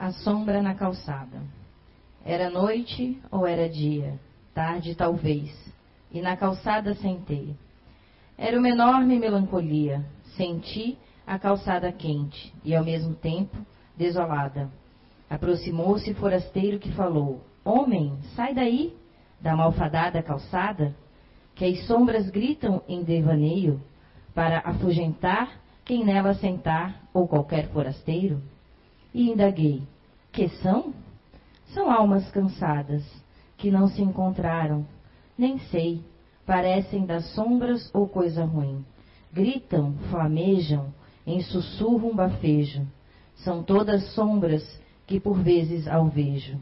A sombra na calçada. Era noite ou era dia, tarde talvez, e na calçada sentei. Era uma enorme melancolia. Senti a calçada quente e ao mesmo tempo desolada. Aproximou-se forasteiro que falou: Homem, sai daí, da malfadada calçada, que as sombras gritam em devaneio, para afugentar quem nela sentar ou qualquer forasteiro. E indaguei: que são? São almas cansadas, que não se encontraram, nem sei, parecem das sombras ou coisa ruim. Gritam, flamejam, em sussurro bafejo. São todas sombras que por vezes alvejo.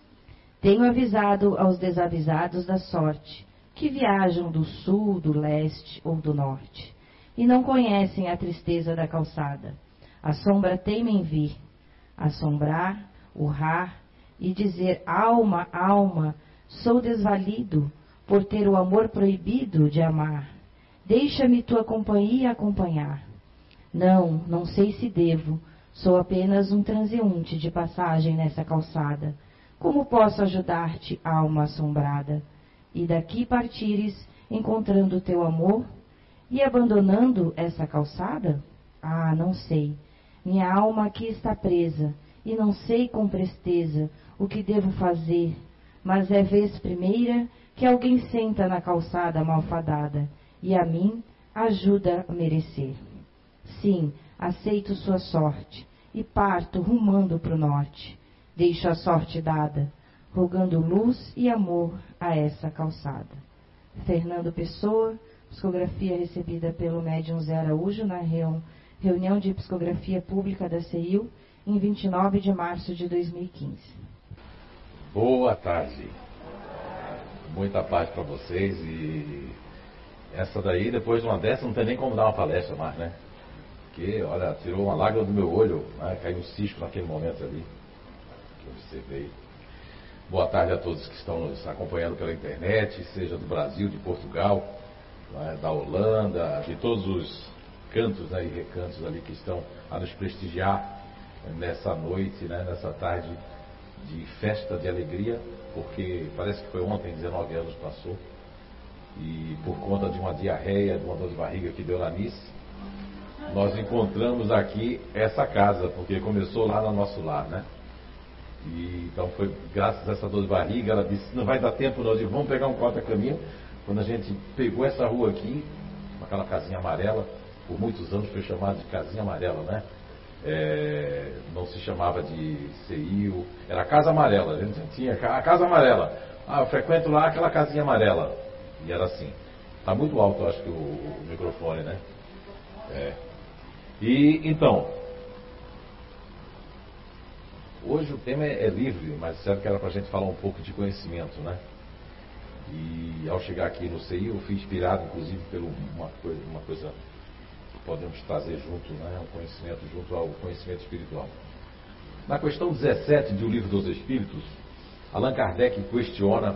Tenho avisado aos desavisados da sorte, que viajam do sul, do leste ou do norte, e não conhecem a tristeza da calçada. A sombra teima em vir, assombrar, urrar e dizer: alma, alma, sou desvalido por ter o amor proibido de amar. Deixa-me tua companhia acompanhar. Não, não sei se devo, sou apenas um transeunte de passagem nessa calçada. Como posso ajudar-te, alma assombrada? E daqui partires, encontrando teu amor e abandonando essa calçada? Ah, não sei. Minha alma aqui está presa, e não sei com presteza o que devo fazer, mas é vez primeira que alguém senta na calçada malfadada, e a mim ajuda a merecer. Sim, aceito sua sorte, e parto rumando pro norte. Deixo a sorte dada, rogando luz e amor a essa calçada. Fernando Pessoa, psicografia recebida pelo médium Zé Araújo na reunião de psicografia pública da CEIU, em 29 de março de 2015. Boa tarde. Muita paz para vocês. E essa daí, depois de uma dessa, não tem nem como dar uma palestra mais, né? Porque, olha, tirou uma lágrima do meu olho, né? Caiu um cisco naquele momento ali, que eu observei. Boa tarde a todos que estão nos acompanhando pela internet, seja do Brasil, de Portugal, né? Da Holanda, de todos os cantos, né? E recantos ali que estão a nos prestigiar nessa noite, né, nessa tarde de festa de alegria, porque parece que foi ontem, 19 anos passou, e por conta de uma diarreia, de uma dor de barriga que deu na Nice, nós encontramos aqui essa casa, porque começou lá no nosso lar, né? E então foi graças a essa dor de barriga, ela disse: não vai dar tempo não, eu digo, vamos pegar um corta-caminho. Quando a gente pegou essa rua aqui, aquela casinha amarela, por muitos anos foi chamada de casinha amarela, né? Não se chamava de CEIU, era Casa Amarela, a gente tinha a Casa Amarela. Ah, eu frequento lá aquela casinha amarela. E era assim. Está muito alto, eu acho que o microfone, né? E então, hoje o tema é livre, mas certo que era para a gente falar um pouco de conhecimento, né? E ao chegar aqui no CEIU, eu fui inspirado, inclusive, por uma coisa podemos trazer junto, né, o conhecimento junto ao conhecimento espiritual. Na questão 17 do Livro dos Espíritos, Allan Kardec questiona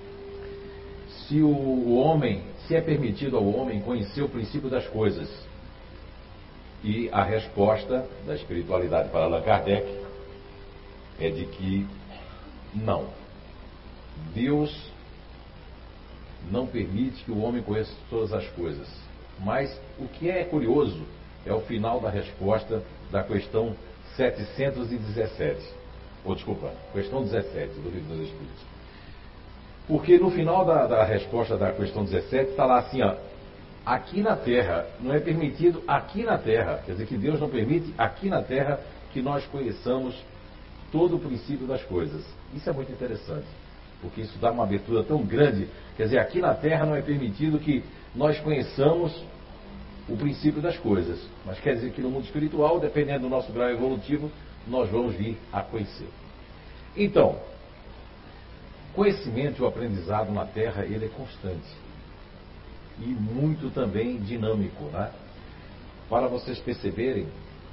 se é permitido ao homem conhecer o princípio das coisas. E a resposta da espiritualidade para Allan Kardec é de que não. Deus não permite que o homem conheça todas as coisas. Mas o que é curioso é o final da resposta da questão 717. Questão 17 do Livro dos Espíritos. Porque no final da resposta da questão 17 está lá assim, ó: aqui na Terra, não é permitido aqui na Terra, quer dizer que Deus não permite aqui na Terra que nós conheçamos todo o princípio das coisas. Isso é muito interessante, porque isso dá uma abertura tão grande. Quer dizer, aqui na Terra não é permitido que nós conheçamos o princípio das coisas, mas quer dizer que no mundo espiritual, dependendo do nosso grau evolutivo, nós vamos vir a conhecer. Então, conhecimento e o aprendizado na Terra, ele é constante e muito também dinâmico, né? Para vocês perceberem,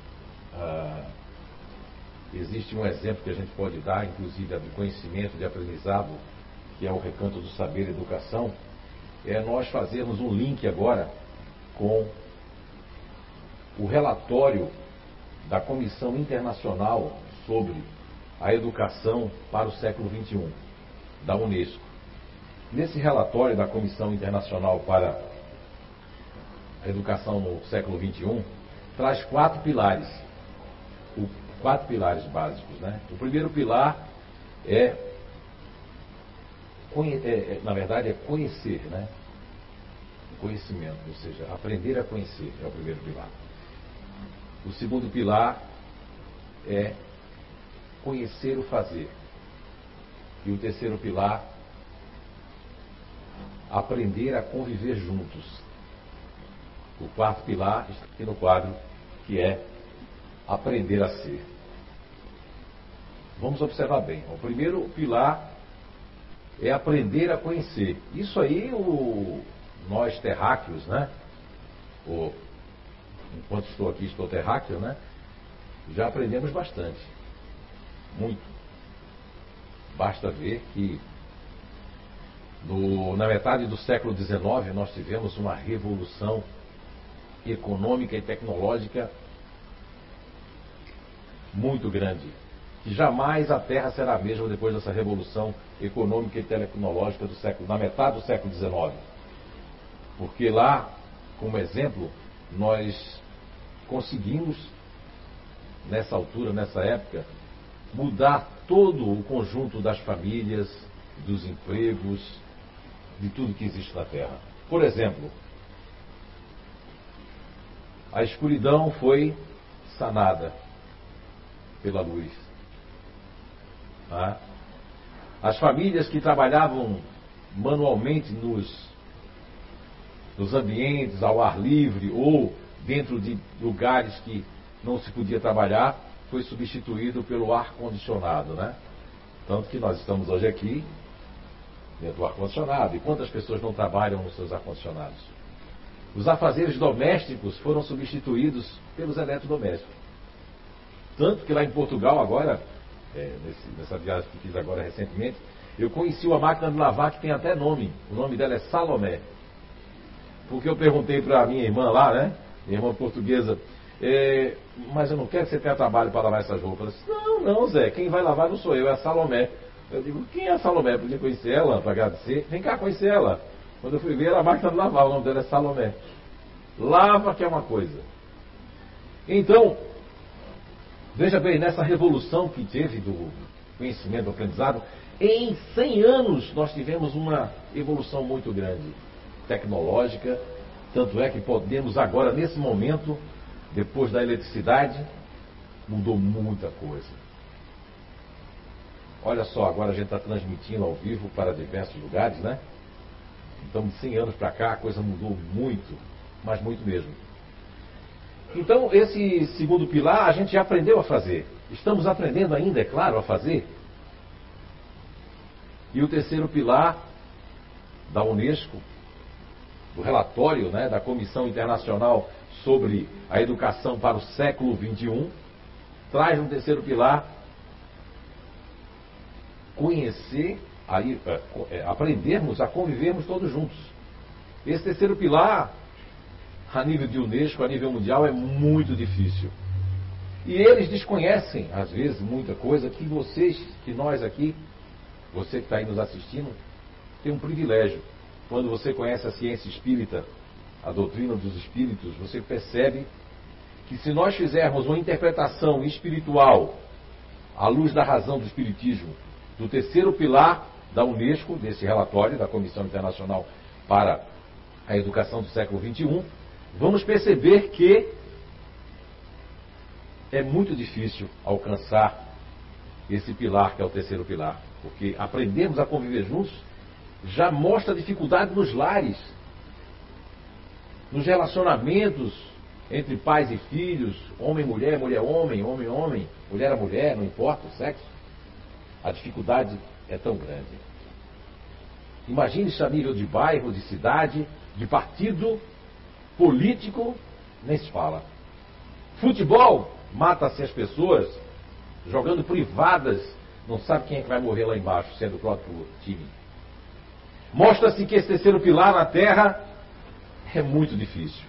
existe um exemplo que a gente pode dar, inclusive de conhecimento, de aprendizado, que é o Recanto do Saber e Educação. É nós fazermos um link agora com o relatório da Comissão Internacional sobre a educação para o século XXI, da Unesco. Nesse relatório da Comissão Internacional para a Educação no século XXI, traz 4 pilares. 4 pilares básicos, né? O primeiro pilar na verdade, é conhecer, né? Conhecimento, ou seja, aprender a conhecer é o primeiro pilar. O segundo pilar é conhecer o fazer. E o terceiro pilar, aprender a conviver juntos. O quarto pilar está aqui no quadro, que é aprender a ser. Vamos observar bem. O primeiro pilar é aprender a conhecer. Isso aí, nós terráqueos, né? Enquanto estou aqui, estou terráqueo, né? Já aprendemos bastante. Muito. Basta ver que na metade do século XIX nós tivemos uma revolução econômica e tecnológica muito grande, que jamais a Terra será a mesma depois dessa revolução econômica e tecnológica da metade do século XIX. Porque lá, como exemplo, nós conseguimos, nessa altura, nessa época, mudar todo o conjunto das famílias, dos empregos, de tudo que existe na Terra. Por exemplo, a escuridão foi sanada pela luz. As famílias que trabalhavam manualmente nos ambientes ao ar livre ou dentro de lugares que não se podia trabalhar, foi substituído pelo ar-condicionado, né? Tanto que nós estamos hoje aqui dentro do ar-condicionado. E quantas pessoas não trabalham nos seus ar-condicionados? Os afazeres domésticos foram substituídos pelos eletrodomésticos. Tanto que lá em Portugal agora, nessa viagem que fiz agora recentemente, eu conheci uma máquina de lavar que tem até nome. O nome dela é Salomé. Porque eu perguntei para a minha irmã lá, né? Minha irmã portuguesa, mas eu não quero que você tenha trabalho para lavar essas roupas. Ela disse, não, Zé, quem vai lavar não sou eu, é a Salomé. Eu digo, quem é a Salomé? Eu podia conhecer ela, para agradecer. Vem cá conhecer ela. Quando eu fui ver, era a máquina de lavar, o nome dela é Salomé. Lava que é uma coisa. Então, veja bem, nessa revolução que teve do conhecimento, do aprendizado, em 100 anos nós tivemos uma evolução muito grande, tecnológica, tanto é que podemos agora, nesse momento, depois da eletricidade, mudou muita coisa. Olha só, agora a gente está transmitindo ao vivo para diversos lugares, né? Então, de 100 anos para cá, a coisa mudou muito, mas muito mesmo. Então, esse segundo pilar a gente já aprendeu a fazer. Estamos aprendendo ainda, é claro, a fazer. E o terceiro pilar da Unesco, do relatório, né, da Comissão Internacional sobre a Educação para o século XXI, traz um terceiro pilar: conhecer, aprendermos a convivermos todos juntos. Esse terceiro pilar, a nível de Unesco, a nível mundial, é muito difícil. E eles desconhecem, às vezes, muita coisa que nós aqui, você que está aí nos assistindo, tem um privilégio. Quando você conhece a ciência espírita, a doutrina dos espíritos, você percebe que se nós fizermos uma interpretação espiritual, à luz da razão do espiritismo, do terceiro pilar da Unesco, desse relatório da Comissão Internacional para a Educação do século XXI, vamos perceber que é muito difícil alcançar esse pilar, que é o terceiro pilar. Porque aprendermos a conviver juntos já mostra dificuldade nos lares, nos relacionamentos entre pais e filhos, homem e mulher, mulher homem, homem homem, mulher a mulher, não importa o sexo. A dificuldade é tão grande. Imagine isso a nível de bairro, de cidade, de partido político, nem se fala. Futebol, mata-se as pessoas, jogando privadas, não sabe quem é que vai morrer lá embaixo, sendo o próprio time. Mostra-se que esse terceiro pilar na Terra é muito difícil.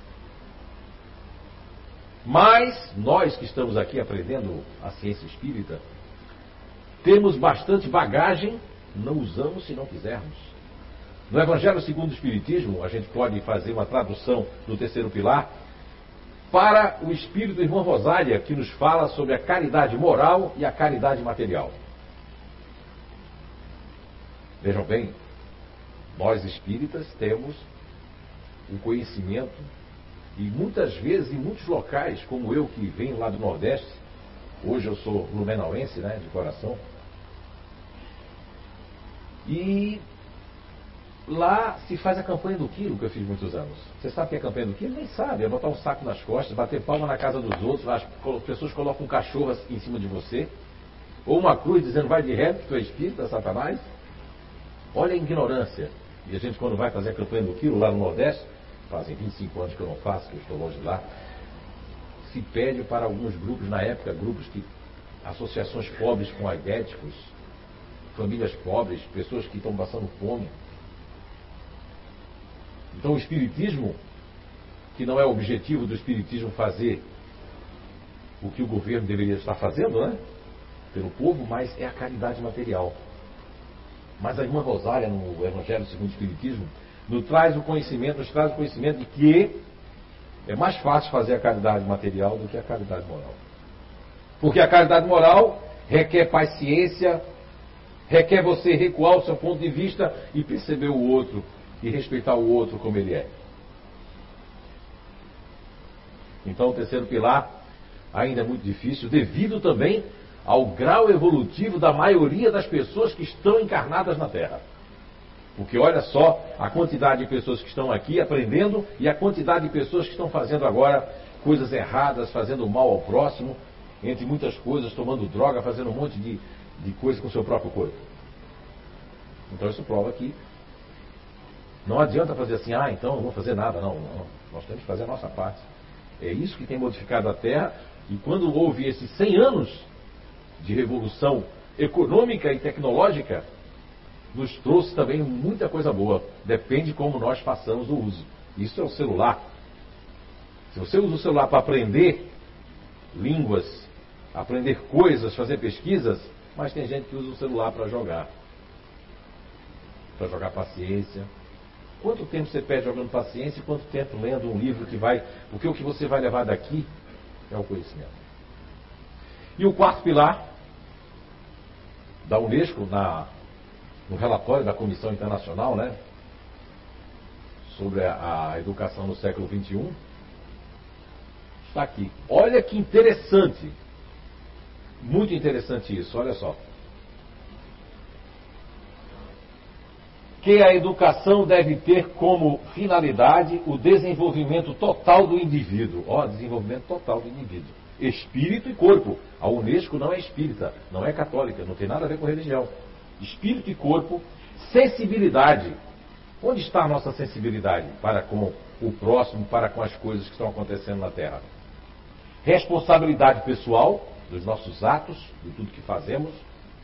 Mas nós que estamos aqui aprendendo a ciência espírita, Temos bastante bagagem, não usamos se não quisermos. No Evangelho segundo o Espiritismo, a gente pode fazer uma tradução do terceiro pilar para o espírito da irmã Rosália, que nos fala sobre a caridade moral e a caridade material. Vejam bem, nós espíritas temos o conhecimento e muitas vezes, em muitos locais, como eu que venho lá do Nordeste, hoje eu sou blumenauense, né, de coração, e lá se faz a campanha do quilo, que eu fiz muitos anos. Você sabe o que é a campanha do quilo? Nem sabe. É botar um saco nas costas, bater palma na casa dos outros, as pessoas colocam um cachorro em cima de você, ou uma cruz dizendo vai de reto, que tu é espírita, Satanás. Olha a ignorância. E a gente, quando vai fazer a campanha do quilo lá no Nordeste, fazem 25 anos que eu não faço, que eu estou longe de lá, se pede para alguns grupos, na época, associações pobres com aidéticos, famílias pobres, pessoas que estão passando fome. Então o Espiritismo, que não é o objetivo do Espiritismo fazer o que o governo deveria estar fazendo, né, pelo povo, mas é a caridade material. Mas a irmã Rosália, no Evangelho segundo o Espiritismo, nos traz o conhecimento de que é mais fácil fazer a caridade material do que a caridade moral. Porque a caridade moral requer paciência, requer você recuar o seu ponto de vista e perceber o outro e respeitar o outro como ele é. Então o terceiro pilar ainda é muito difícil, devido também ao grau evolutivo da maioria das pessoas que estão encarnadas na Terra. Porque olha só a quantidade de pessoas que estão aqui aprendendo e a quantidade de pessoas que estão fazendo agora coisas erradas, fazendo mal ao próximo, entre muitas coisas, tomando droga, fazendo um monte de coisa com o seu próprio corpo. Então isso prova que não adianta fazer assim, então não vou fazer nada. Não. Nós temos que fazer a nossa parte. É isso que tem modificado a Terra. E quando houve esses 100 anos de revolução econômica e tecnológica, nos trouxe também muita coisa boa. Depende como nós façamos o uso. Isso é o celular. Se você usa o celular para aprender línguas, aprender coisas, fazer pesquisas, mas tem gente que usa o celular para jogar paciência. Quanto tempo você perde jogando paciência e quanto tempo lendo um livro que vai... Porque o que você vai levar daqui é o conhecimento. E o quarto pilar da Unesco, no relatório da Comissão Internacional, né, sobre a educação no século XXI, está aqui. Olha que interessante. Muito interessante isso, olha só. Que a educação deve ter como finalidade o desenvolvimento total do indivíduo. Desenvolvimento total do indivíduo. Espírito e corpo. A Unesco não é espírita, não é católica, não tem nada a ver com religião. Espírito e corpo, sensibilidade. Onde está a nossa sensibilidade para com o próximo, para com as coisas que estão acontecendo na Terra? Responsabilidade pessoal dos nossos atos, de tudo que fazemos.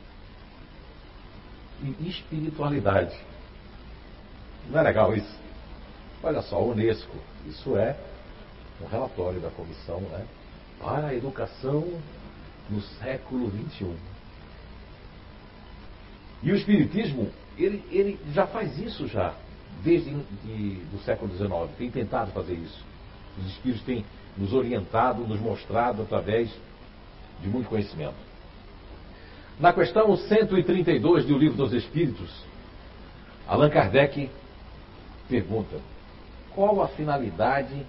E espiritualidade. Não é legal isso? Olha só, a Unesco, isso é um relatório da comissão, né, para a educação no século XXI. E o Espiritismo, ele já faz isso já, desde o século XIX, tem tentado fazer isso. Os Espíritos têm nos orientado, nos mostrado através de muito conhecimento. Na questão 132 do Livro dos Espíritos, Allan Kardec pergunta: qual a finalidade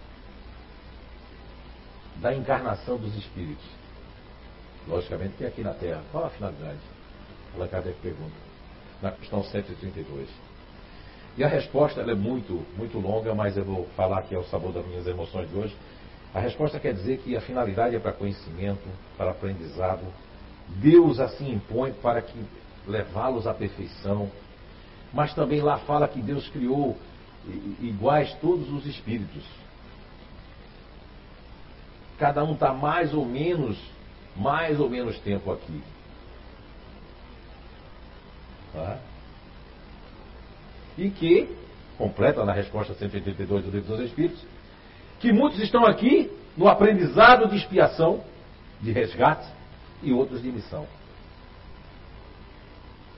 da encarnação dos espíritos? Logicamente que é aqui na Terra. Qual a finalidade? Allan Kardec pergunta, na questão 132. E a resposta ela é muito, muito longa, mas eu vou falar que é o sabor das minhas emoções de hoje. A resposta quer dizer que a finalidade é para conhecimento, para aprendizado. Deus assim impõe para que levá-los à perfeição. Mas também lá fala que Deus criou iguais todos os espíritos. Cada um está mais ou menos tempo aqui. Tá? E que, completa na resposta 182 do Livro dos Espíritos, que muitos estão aqui no aprendizado de expiação, de resgate, e outros de missão.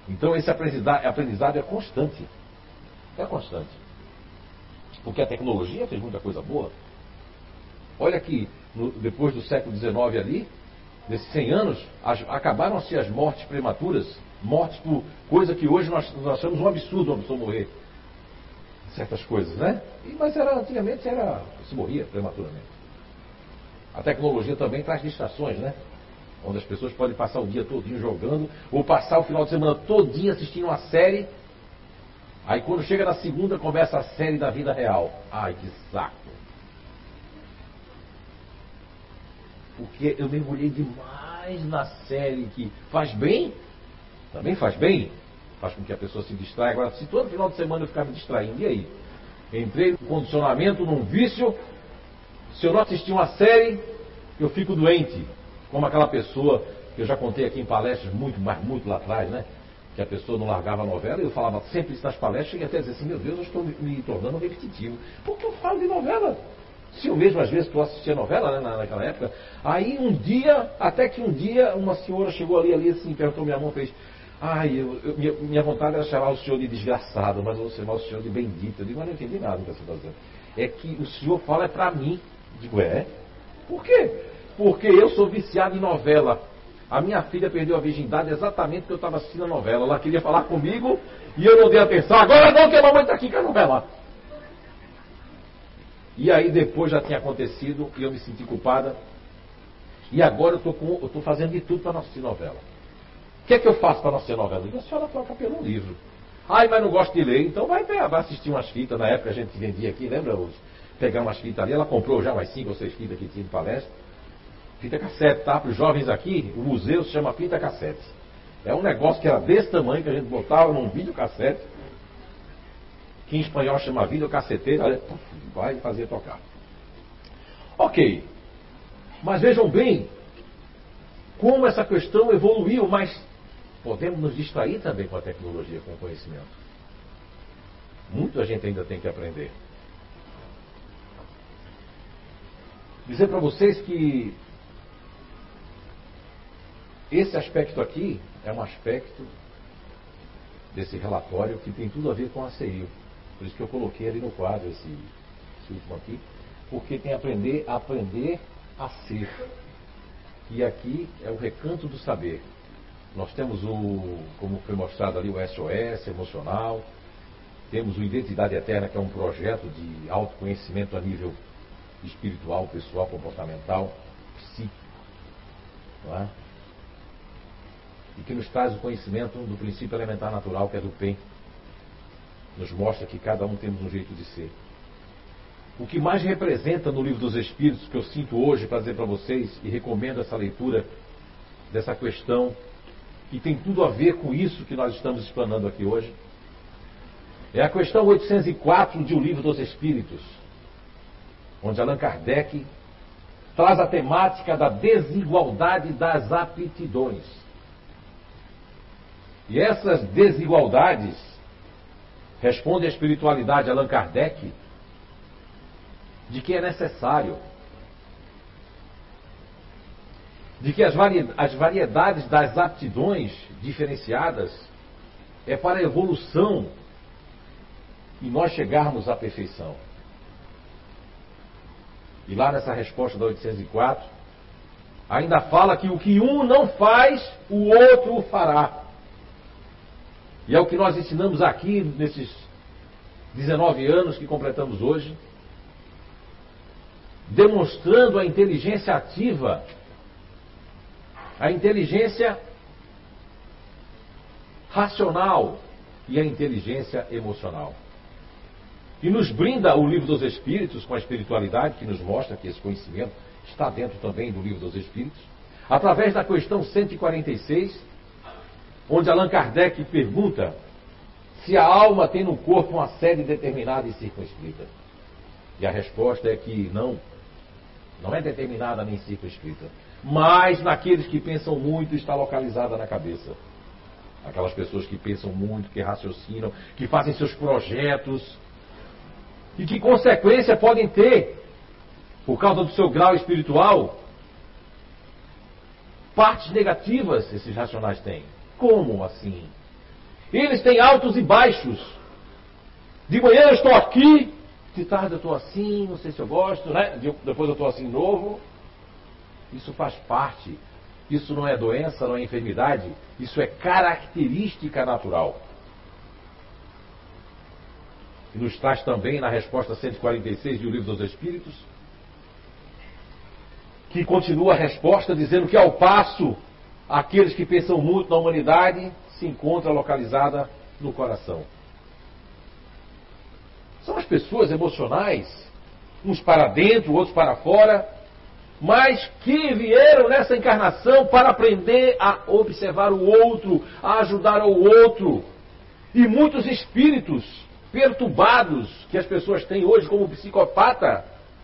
Então esse aprendizado é constante. É constante. Porque a tecnologia fez muita coisa boa. Olha que depois do século XIX ali, nesses 100 anos, acabaram-se as mortes prematuras, mortes por coisa que hoje nós achamos um absurdo uma pessoa morrer. Certas coisas, né? Mas antigamente se morria prematuramente. A tecnologia também traz distrações, né? Onde as pessoas podem passar o dia todinho jogando, ou passar o final de semana todinho assistindo uma série. Aí quando chega na segunda, começa a série da vida real. Ai, que saco. Porque eu mergulhei demais na série que faz bem, também faz bem, faz com que a pessoa se distraia. Agora, se todo final de semana eu ficar me distraindo, e aí? Entrei no condicionamento, num vício. Se eu não assistir uma série, eu fico doente. Como aquela pessoa que eu já contei aqui em palestras, muito lá atrás, né? Que a pessoa não largava a novela, e eu falava sempre isso nas palestras, cheguei até a dizer assim, meu Deus, eu estou me tornando repetitivo. Por que eu falo de novela? Se eu mesmo, às vezes, tu assistia novela, né, naquela época. Aí até que um dia, uma senhora chegou ali assim, perguntou minha mão, fez, minha vontade era chamar o senhor de desgraçado, mas eu vou chamar o senhor de bendito. Eu digo, mas não entendi nada do que você está dizendo. É que o senhor fala para mim. Eu digo, Por quê? Porque eu sou viciado em novela. A minha filha perdeu a virgindade exatamente porque eu estava assistindo a novela. Ela queria falar comigo e eu não dei atenção. Agora não, que a mamãe está aqui com a novela. E aí depois já tinha acontecido e eu me senti culpada. E agora eu estou fazendo de tudo para não assistir novela. O que é que eu faço para não assistir novela? Eu digo, a senhora troca pelo livro. Mas não gosto de ler, então vai assistir umas fitas. Na época a gente vendia aqui, lembra? Pegar umas fitas ali. Ela comprou já umas 5 ou 6 fitas que tinha de palestra. Fita cassete, tá? Para os jovens aqui, o museu se chama fita cassete. É um negócio que era desse tamanho que a gente botava num videocassete, que em espanhol chama videocasseteira, vai fazer tocar. Ok. Mas vejam bem como essa questão evoluiu, mas podemos nos distrair também com a tecnologia, com o conhecimento. Muito a gente ainda tem que aprender. Dizer para vocês que esse aspecto aqui é um aspecto desse relatório que tem tudo a ver com a CEIU. Por isso que eu coloquei ali no quadro esse último aqui, porque tem aprender a ser. E aqui é o recanto do saber. Nós temos como foi mostrado ali, o SOS emocional, temos o Identidade Eterna, que é um projeto de autoconhecimento a nível espiritual, pessoal, comportamental, psíquico, não é? E que nos traz o conhecimento do princípio elementar natural, que é do PEN. Nos mostra que cada um temos um jeito de ser. O que mais representa no Livro dos Espíritos, que eu sinto hoje para dizer para vocês, e recomendo essa leitura dessa questão, que tem tudo a ver com isso que nós estamos explanando aqui hoje, é a questão 804 de O Livro dos Espíritos, onde Allan Kardec traz a temática da desigualdade das aptidões. E essas desigualdades, responde a espiritualidade Allan Kardec, de que é necessário, de que as variedades das aptidões diferenciadas é para a evolução e nós chegarmos à perfeição. E lá nessa resposta da 804, ainda fala que o que um não faz, o outro o fará. E é o que nós ensinamos aqui nesses 19 anos que completamos hoje, demonstrando a inteligência ativa, a inteligência racional e a inteligência emocional. E nos brinda o Livro dos Espíritos com a espiritualidade, que nos mostra que esse conhecimento está dentro também do Livro dos Espíritos, através da questão 146, onde Allan Kardec pergunta se a alma tem no corpo uma sede determinada e circunscrita. E a resposta é que não é determinada nem circunscrita, mas naqueles que pensam muito está localizada na cabeça. Aquelas pessoas que pensam muito, que raciocinam, que fazem seus projetos, e que consequência podem ter, por causa do seu grau espiritual, partes negativas esses racionais têm. Como assim? Eles têm altos e baixos. De manhã eu estou aqui, de tarde eu estou assim, não sei se eu gosto, né? Depois eu estou assim de novo. Isso faz parte. Isso não é doença, não é enfermidade. Isso é característica natural. E nos traz também na resposta 146 do Livro dos Espíritos, que continua a resposta dizendo que ao passo, aqueles que pensam muito na humanidade se encontra localizada no coração. São as pessoas emocionais, uns para dentro, outros para fora, mas que vieram nessa encarnação para aprender a observar o outro, a ajudar o outro. E muitos espíritos perturbados que as pessoas têm hoje como psicopata,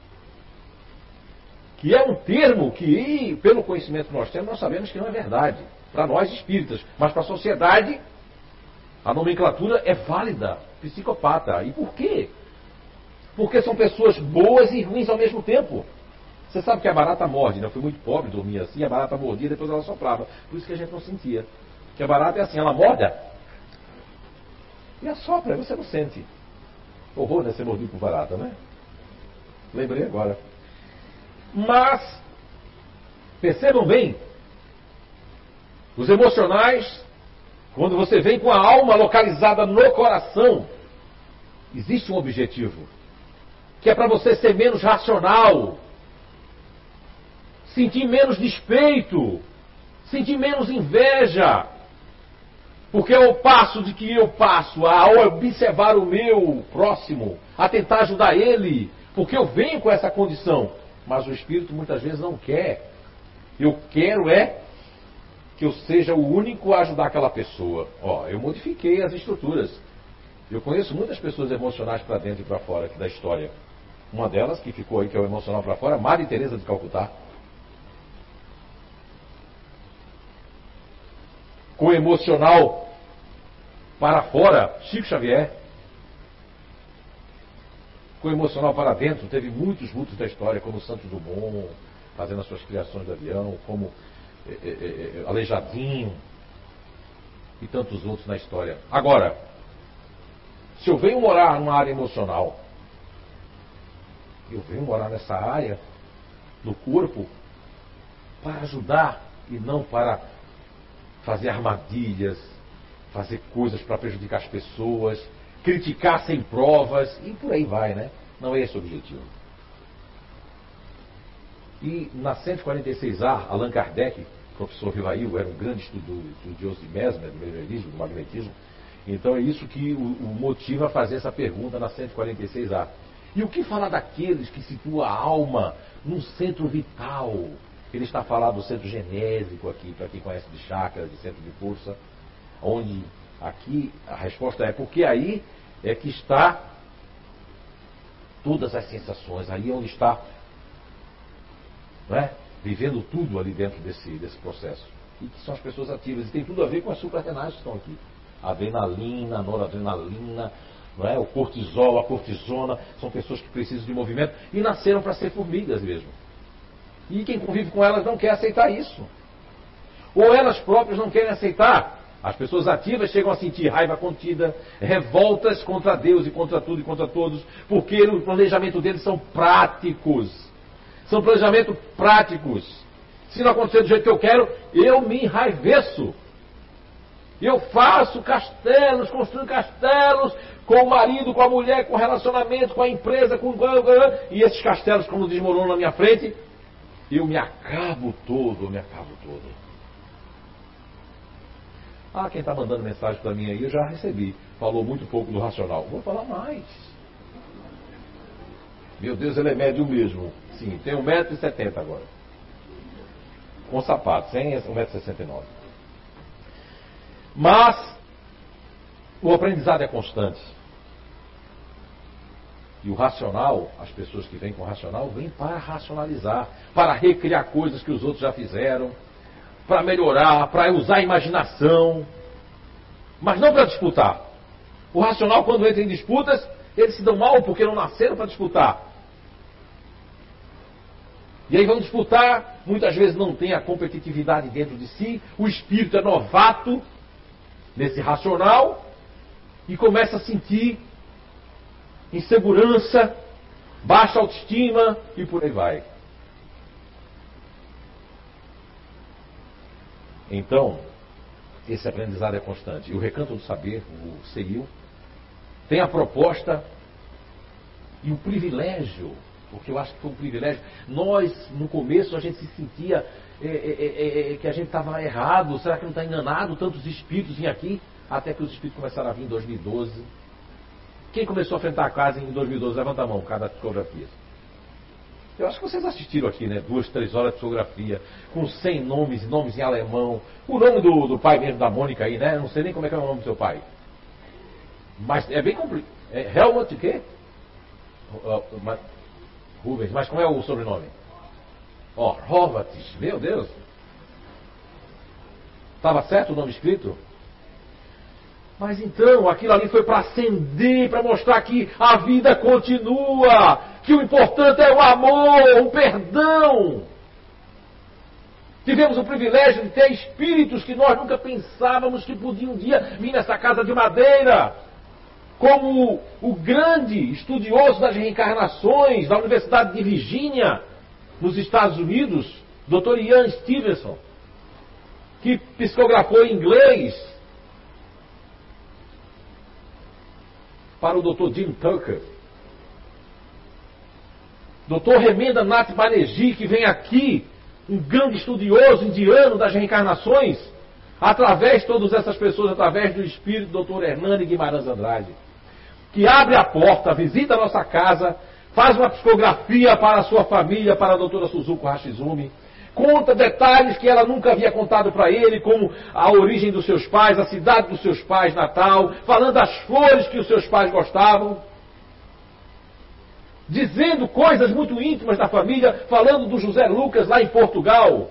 que é um termo que, pelo conhecimento que nós temos, nós sabemos que não é verdade. Para nós espíritas, mas para a sociedade, a nomenclatura é válida. Psicopata. E por quê? Porque são pessoas boas e ruins ao mesmo tempo. Você sabe que a barata morde, né? Eu fui muito pobre, dormia assim, a barata mordia, depois ela soprava. Por isso que a gente não sentia. Porque a barata é assim, ela morde e assopra, você não sente. Horror, né? Ser mordido por barata, né? Lembrei agora. Mas, percebam bem, os emocionais, quando você vem com a alma localizada no coração, existe um objetivo, que é para você ser menos racional, sentir menos despeito, sentir menos inveja, porque ao passo de que eu passo a observar o meu próximo, a tentar ajudar ele, porque eu venho com essa condição, mas o espírito muitas vezes não quer. Eu quero que eu seja o único a ajudar aquela pessoa. Eu modifiquei as estruturas. Eu conheço muitas pessoas emocionais para dentro e para fora aqui da história. Uma delas, que ficou aí, que é o emocional para fora, Madre Teresa de Calcutá. Com o emocional para fora, Chico Xavier. Com o emocional para dentro, teve muitos vultos da história, como Santos Dumont, fazendo as suas criações de avião, como Aleijadinho e tantos outros na história. Agora, se eu venho morar numa área emocional, eu venho morar nessa área do corpo para ajudar e não para fazer armadilhas, fazer coisas para prejudicar as pessoas, criticar sem provas e por aí vai, né? Não é esse o objetivo. E na 146A, Allan Kardec, professor Rivail, era um grande estudioso de Mesmer, do mesmerismo, do magnetismo. Então é isso que o motiva a fazer essa pergunta na 146A. E o que falar daqueles que situam a alma num centro vital? Ele está falando do centro genésico aqui, para quem conhece de chakra, de centro de força, onde aqui a resposta é porque aí é que está todas as sensações, aí é onde está, não é? Vivendo tudo ali dentro desse processo. E que são as pessoas ativas. E tem tudo a ver com as suprarrenais que estão aqui. A adrenalina, a noradrenalina, não é? O cortisol, a cortisona, são pessoas que precisam de movimento e nasceram para ser formigas mesmo. E quem convive com elas não quer aceitar isso. Ou elas próprias não querem aceitar. As pessoas ativas chegam a sentir raiva contida, revoltas contra Deus e contra tudo e contra todos, porque o planejamento deles são práticos. São planejamentos práticos. Se não acontecer do jeito que eu quero, eu me enraiveço. Eu faço castelos, construo castelos com o marido, com a mulher, com o relacionamento, com a empresa, e esses castelos, quando desmoronam na minha frente, eu me acabo todo, quem está mandando mensagem para mim aí, eu já recebi. Falou muito pouco do racional. Vou falar mais. Meu Deus, ele é médio mesmo. Sim, tem 1,70 m agora. Com sapato, sem 1,69 m. Mas o aprendizado é constante. E o racional, as pessoas que vêm com o racional, vêm para racionalizar, para recriar coisas que os outros já fizeram, para melhorar, para usar a imaginação, mas não para disputar. O racional, quando entra em disputas, eles se dão mal porque não nasceram para disputar. E aí vão disputar, muitas vezes não tem a competitividade dentro de si, o espírito é novato, nesse racional e começa a sentir insegurança, baixa autoestima e por aí vai. Então, esse aprendizado é constante. E o Recanto do Saber, o CEIU, tem a proposta e o privilégio, porque eu acho que foi um privilégio. Nós, no começo, a gente se sentia que a gente estava errado. Será que não está enganado? Tantos espíritos vinham aqui, até que os espíritos começaram a vir em 2012. Quem começou a enfrentar a casa em 2012? Levanta a mão, cada psicografia. Eu acho que vocês assistiram aqui, né? 2, 3 horas de psicografia, com 100 nomes, nomes em alemão. O nome do pai mesmo, da Mônica aí, né? Eu não sei nem como é que é o nome do seu pai. Mas é bem complicado. É Helmut o quê? Rubens, mas como é o sobrenome? Horvath, meu Deus. Estava certo o nome escrito? Mas então, aquilo ali foi para acender, para mostrar que a vida continua, que o importante é o amor, o perdão. Tivemos o privilégio de ter espíritos que nós nunca pensávamos que podiam um dia vir nessa casa de madeira. Como o grande estudioso das reencarnações da Universidade de Virgínia, nos Estados Unidos, Dr. Ian Stevenson, que psicografou em inglês para o Dr. Jim Tucker. Dr. Remenda Nath Banerjee, que vem aqui, um grande estudioso indiano das reencarnações, através de todas essas pessoas, através do espírito do Dr. Hernani Guimarães Andrade, que abre a porta, visita a nossa casa, faz uma psicografia para a sua família, para a doutora Suzuko Hashizumi, conta detalhes que ela nunca havia contado para ele, como a origem dos seus pais, a cidade dos seus pais, Natal, falando das flores que os seus pais gostavam, dizendo coisas muito íntimas da família, falando do José Lucas lá em Portugal,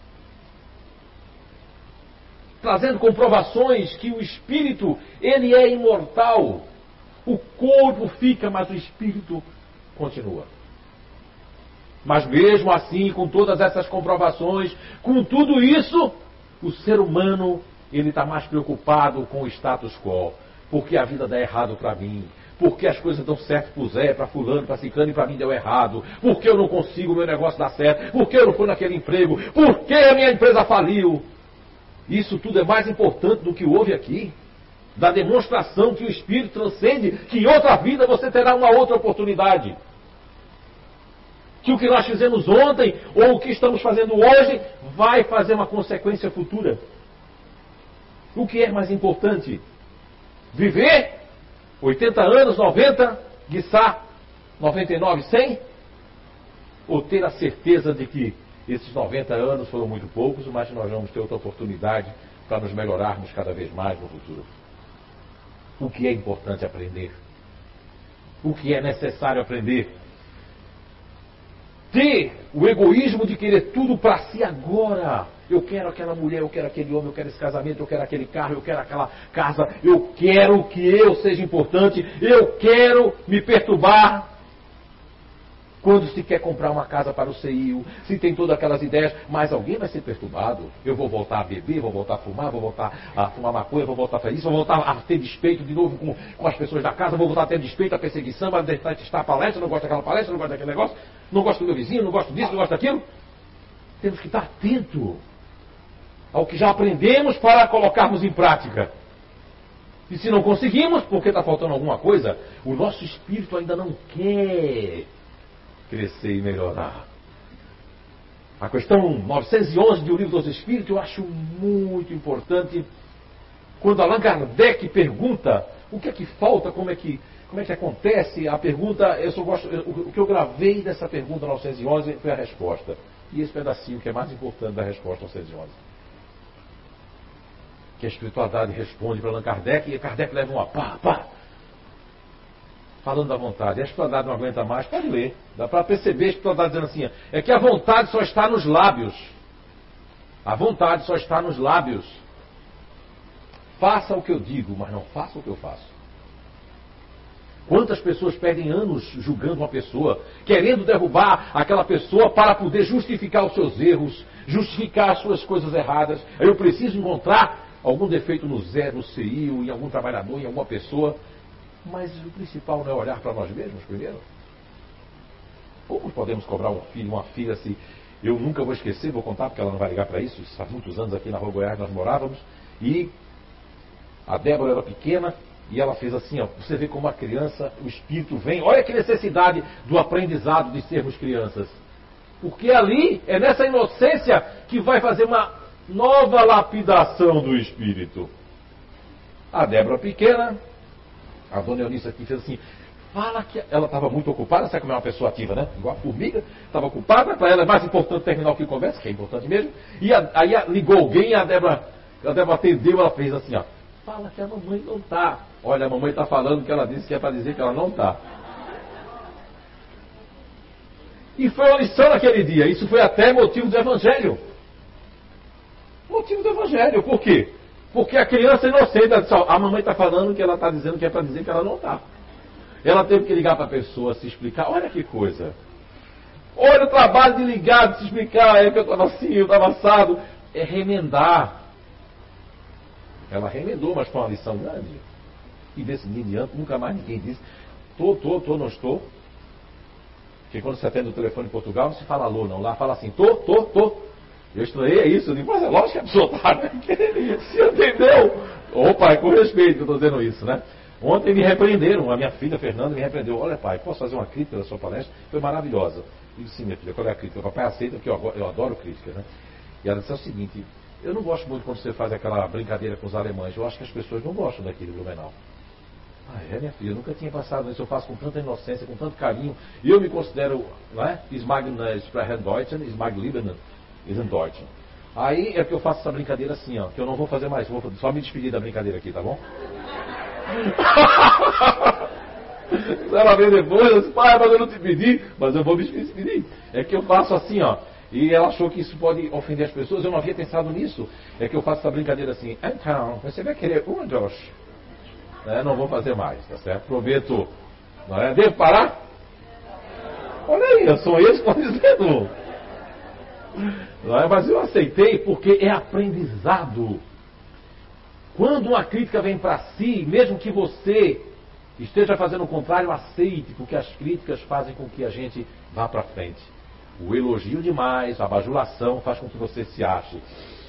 trazendo comprovações que o espírito, ele é imortal. O corpo fica, mas o espírito continua. Mas mesmo assim, com todas essas comprovações, com tudo isso, o ser humano, ele está mais preocupado com o status quo. Porque a vida dá errado para mim. Porque as coisas dão certo para o Zé, para fulano, para ciclano e para mim deu errado. Porque eu não consigo, o meu negócio dar certo. Porque eu não fui naquele emprego. Porque a minha empresa faliu. Isso tudo é mais importante do que houve aqui. Da demonstração que o Espírito transcende, que em outra vida você terá uma outra oportunidade. Que o que nós fizemos ontem, ou o que estamos fazendo hoje, vai fazer uma consequência futura. O que é mais importante? Viver 80 anos, 90, quiçá 99, 100? Ou ter a certeza de que esses 90 anos foram muito poucos, mas nós vamos ter outra oportunidade para nos melhorarmos cada vez mais no futuro? O que é importante aprender? O que é necessário aprender? Ter o egoísmo de querer tudo para si agora. Eu quero aquela mulher, eu quero aquele homem, eu quero esse casamento, eu quero aquele carro, eu quero aquela casa, eu quero que eu seja importante, eu quero me perturbar. Quando se quer comprar uma casa para o CEIU, se tem todas aquelas ideias, mas alguém vai ser perturbado. Eu vou voltar a beber, vou voltar a fumar, vou voltar a fumar maconha, vou voltar a fazer isso, vou voltar a ter despeito de novo com as pessoas da casa, vou voltar a ter despeito, a perseguição, a testar a palestra, não gosto daquela palestra, não gosto daquele negócio, não gosto do meu vizinho, não gosto disso, não gosto daquilo. Temos que estar atento ao que já aprendemos para colocarmos em prática. E se não conseguimos, porque está faltando alguma coisa, o nosso espírito ainda não quer crescer e melhorar. A questão 911 de O Livro dos Espíritos eu acho muito importante. Quando Allan Kardec pergunta o que é que falta, como é que acontece, a pergunta, o que eu gravei dessa pergunta 911 foi a resposta. E esse pedacinho que é mais importante da resposta 911. Que a espiritualidade responde para Allan Kardec e Kardec leva uma pá. Falando da vontade. E a espiritualidade não aguenta mais, pode ler. Dá para perceber a espiritualidade dizendo assim, é que a vontade só está nos lábios. A vontade só está nos lábios. Faça o que eu digo, mas não faça o que eu faço. Quantas pessoas perdem anos julgando uma pessoa, querendo derrubar aquela pessoa para poder justificar os seus erros, justificar as suas coisas erradas. Eu preciso encontrar algum defeito no Zé, no CIO, em algum trabalhador, em alguma pessoa. Mas o principal não é olhar para nós mesmos primeiro? Como podemos cobrar um filho, uma filha, se eu nunca vou esquecer, vou contar porque ela não vai ligar para isso, faz muitos anos aqui na Rua Goiás nós morávamos, e a Débora era pequena, e ela fez assim, ó, você vê como a criança, o espírito vem, olha que necessidade do aprendizado de sermos crianças. Porque ali, é nessa inocência que vai fazer uma nova lapidação do espírito. A Débora pequena, a dona Eunice aqui fez assim, fala que ela estava muito ocupada, sabe como é uma pessoa ativa, né? Igual a formiga, estava ocupada, para ela é mais importante terminar o que conversa, que é importante mesmo. E aí ligou alguém, a Débora atendeu, ela fez assim, ó, fala que a mamãe não está. Olha, a mamãe está falando que ela disse que é para dizer que ela não está. E foi uma lição naquele dia, isso foi até motivo do Evangelho. Motivo do Evangelho, por quê? Porque a criança inocente, ela disse, ó, a mamãe está falando que ela está dizendo que é para dizer que ela não está. Ela teve que ligar para a pessoa, se explicar. Olha que coisa. Olha o trabalho de ligar, de se explicar. É que eu estava assim, eu estava assado. É remendar. Ela remendou, mas foi uma lição grande. E desse dia em diante, nunca mais ninguém disse não estou. Porque quando você atende o telefone em Portugal, não se fala alô, não. Lá fala assim, tô. Eu estranhei, é isso. Eu digo, mas é lógico que a pessoa está, né? Se entendeu? Opa, é com respeito que eu estou dizendo isso, né? Ontem me repreenderam, a minha filha Fernanda me repreendeu. Olha, pai, posso fazer uma crítica da sua palestra? Foi maravilhosa. Eu disse, sim, minha filha, qual é a crítica? O papai aceita, porque eu adoro críticas, né? E ela disse o seguinte, eu não gosto muito quando você faz aquela brincadeira com os alemães. Eu acho que as pessoas não gostam daquilo, Blumenau. Minha filha, eu nunca tinha passado isso. Eu faço com tanta inocência, com tanto carinho. E eu me considero, né? Sprechen Lieben ist Deutsch. Aí é que eu faço essa brincadeira assim, ó, que eu não vou fazer mais. Vou só me despedir da brincadeira aqui, tá bom? Ela veio depois, eu disse, pai, mas eu não te pedi, mas eu vou me despedir. É que eu faço assim, ó. E ela achou que isso pode ofender as pessoas, eu não havia pensado nisso. É que eu faço essa brincadeira assim, então, você vai querer uma, Josh? Não vou fazer mais, tá certo? Prometo. Não é? Devo parar? Olha aí, são eles que estão dizendo. Não é? Mas eu aceitei porque é aprendizado. Quando uma crítica vem para si, mesmo que você esteja fazendo o contrário, aceite, porque as críticas fazem com que a gente vá para frente. O elogio demais, a bajulação faz com que você se ache.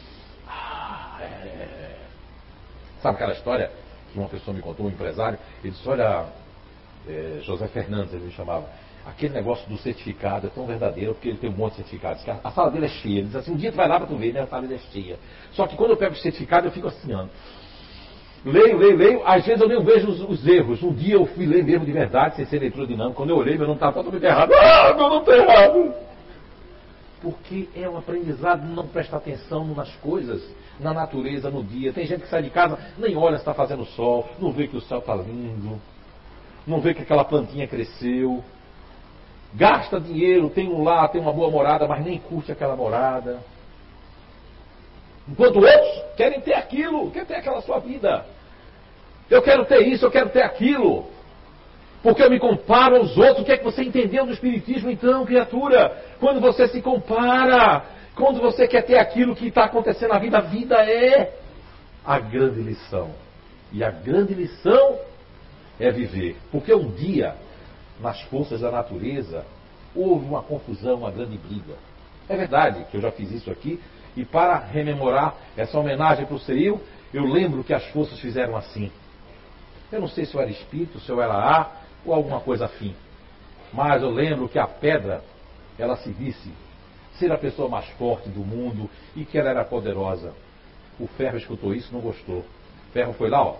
Sabe aquela história que uma pessoa me contou, um empresário? Ele disse, olha, José Fernandes, ele me chamava, aquele negócio do certificado é tão verdadeiro, porque ele tem um monte de certificados. A sala dele é cheia. Ele diz assim, um dia tu vai lá para tu ver, né? A sala dele é cheia. Só que quando eu pego o certificado, eu fico assim, ó. Leio, às vezes eu nem vejo os erros. Um dia eu fui ler mesmo de verdade, sem ser leitura dinâmica. Quando eu olhei, meu nome estava totalmente errado. Meu nome está errado. Porque é um aprendizado não prestar atenção nas coisas, na natureza, no dia. Tem gente que sai de casa, nem olha se está fazendo sol, não vê que o céu está lindo, não vê que aquela plantinha cresceu. Gasta dinheiro, tem um lar, tem uma boa morada, mas nem curte aquela morada. Enquanto outros querem ter aquilo, querem ter aquela sua vida. Eu quero ter isso, eu quero ter aquilo. Porque eu me comparo aos outros. O que é que você entendeu do Espiritismo então, criatura? Quando você se compara, quando você quer ter aquilo que está acontecendo na vida, a vida é a grande lição. E a grande lição é viver. Porque um dia, nas forças da natureza, houve uma confusão, uma grande briga. É verdade que eu já fiz isso aqui. E para rememorar essa homenagem para o CEIU, eu lembro que as forças fizeram assim. Eu não sei se eu era espírito, se eu era ar ou alguma coisa afim. Mas eu lembro que a pedra, ela se disse ser a pessoa mais forte do mundo e que ela era poderosa. O ferro escutou isso e não gostou. O ferro foi lá, ó.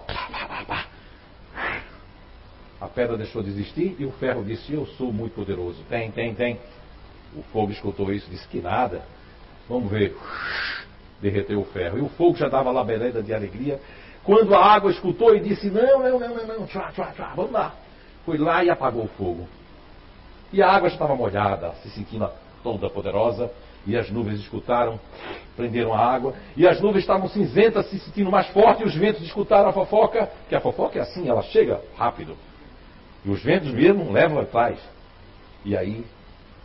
A pedra deixou de existir e o ferro disse, eu sou muito poderoso. Tem. O fogo escutou isso e disse, que nada. Vamos ver. Derreteu o ferro. E o fogo já dava labereda de alegria. Quando a água escutou e disse, não. Vamos lá. Foi lá e apagou o fogo. E a água já estava molhada, se sentindo toda poderosa. E as nuvens escutaram, prenderam a água. E as nuvens estavam cinzentas, se sentindo mais forte. E os ventos escutaram a fofoca. Que a fofoca é assim, ela chega rápido. E os ventos mesmo levam atrás. E aí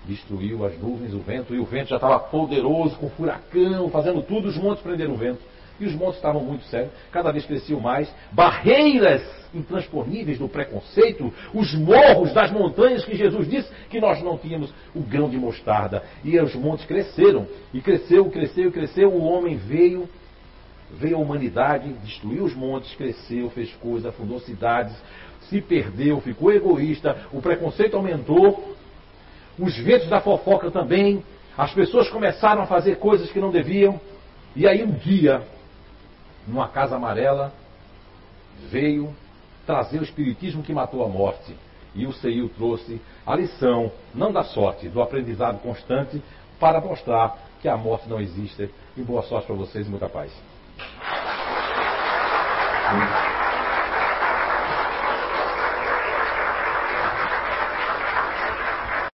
destruiu as nuvens, o vento. E o vento já estava poderoso, com furacão, fazendo tudo. Os montes prenderam o vento. E os montes estavam muito sérios, cada vez cresciam mais. Barreiras intransponíveis do preconceito, os morros das montanhas que Jesus disse que nós não tínhamos o grão de mostarda. E os montes cresceram, e cresceu, o homem veio a humanidade, destruiu os montes, cresceu, fez coisas, fundou cidades, se perdeu, ficou egoísta, o preconceito aumentou, os ventos da fofoca também, as pessoas começaram a fazer coisas que não deviam, e aí um dia, numa casa amarela, veio trazer o espiritismo que matou a morte, e o CEIU trouxe a lição, não da sorte, do aprendizado constante, para mostrar que a morte não existe. E boa sorte para vocês e muita paz.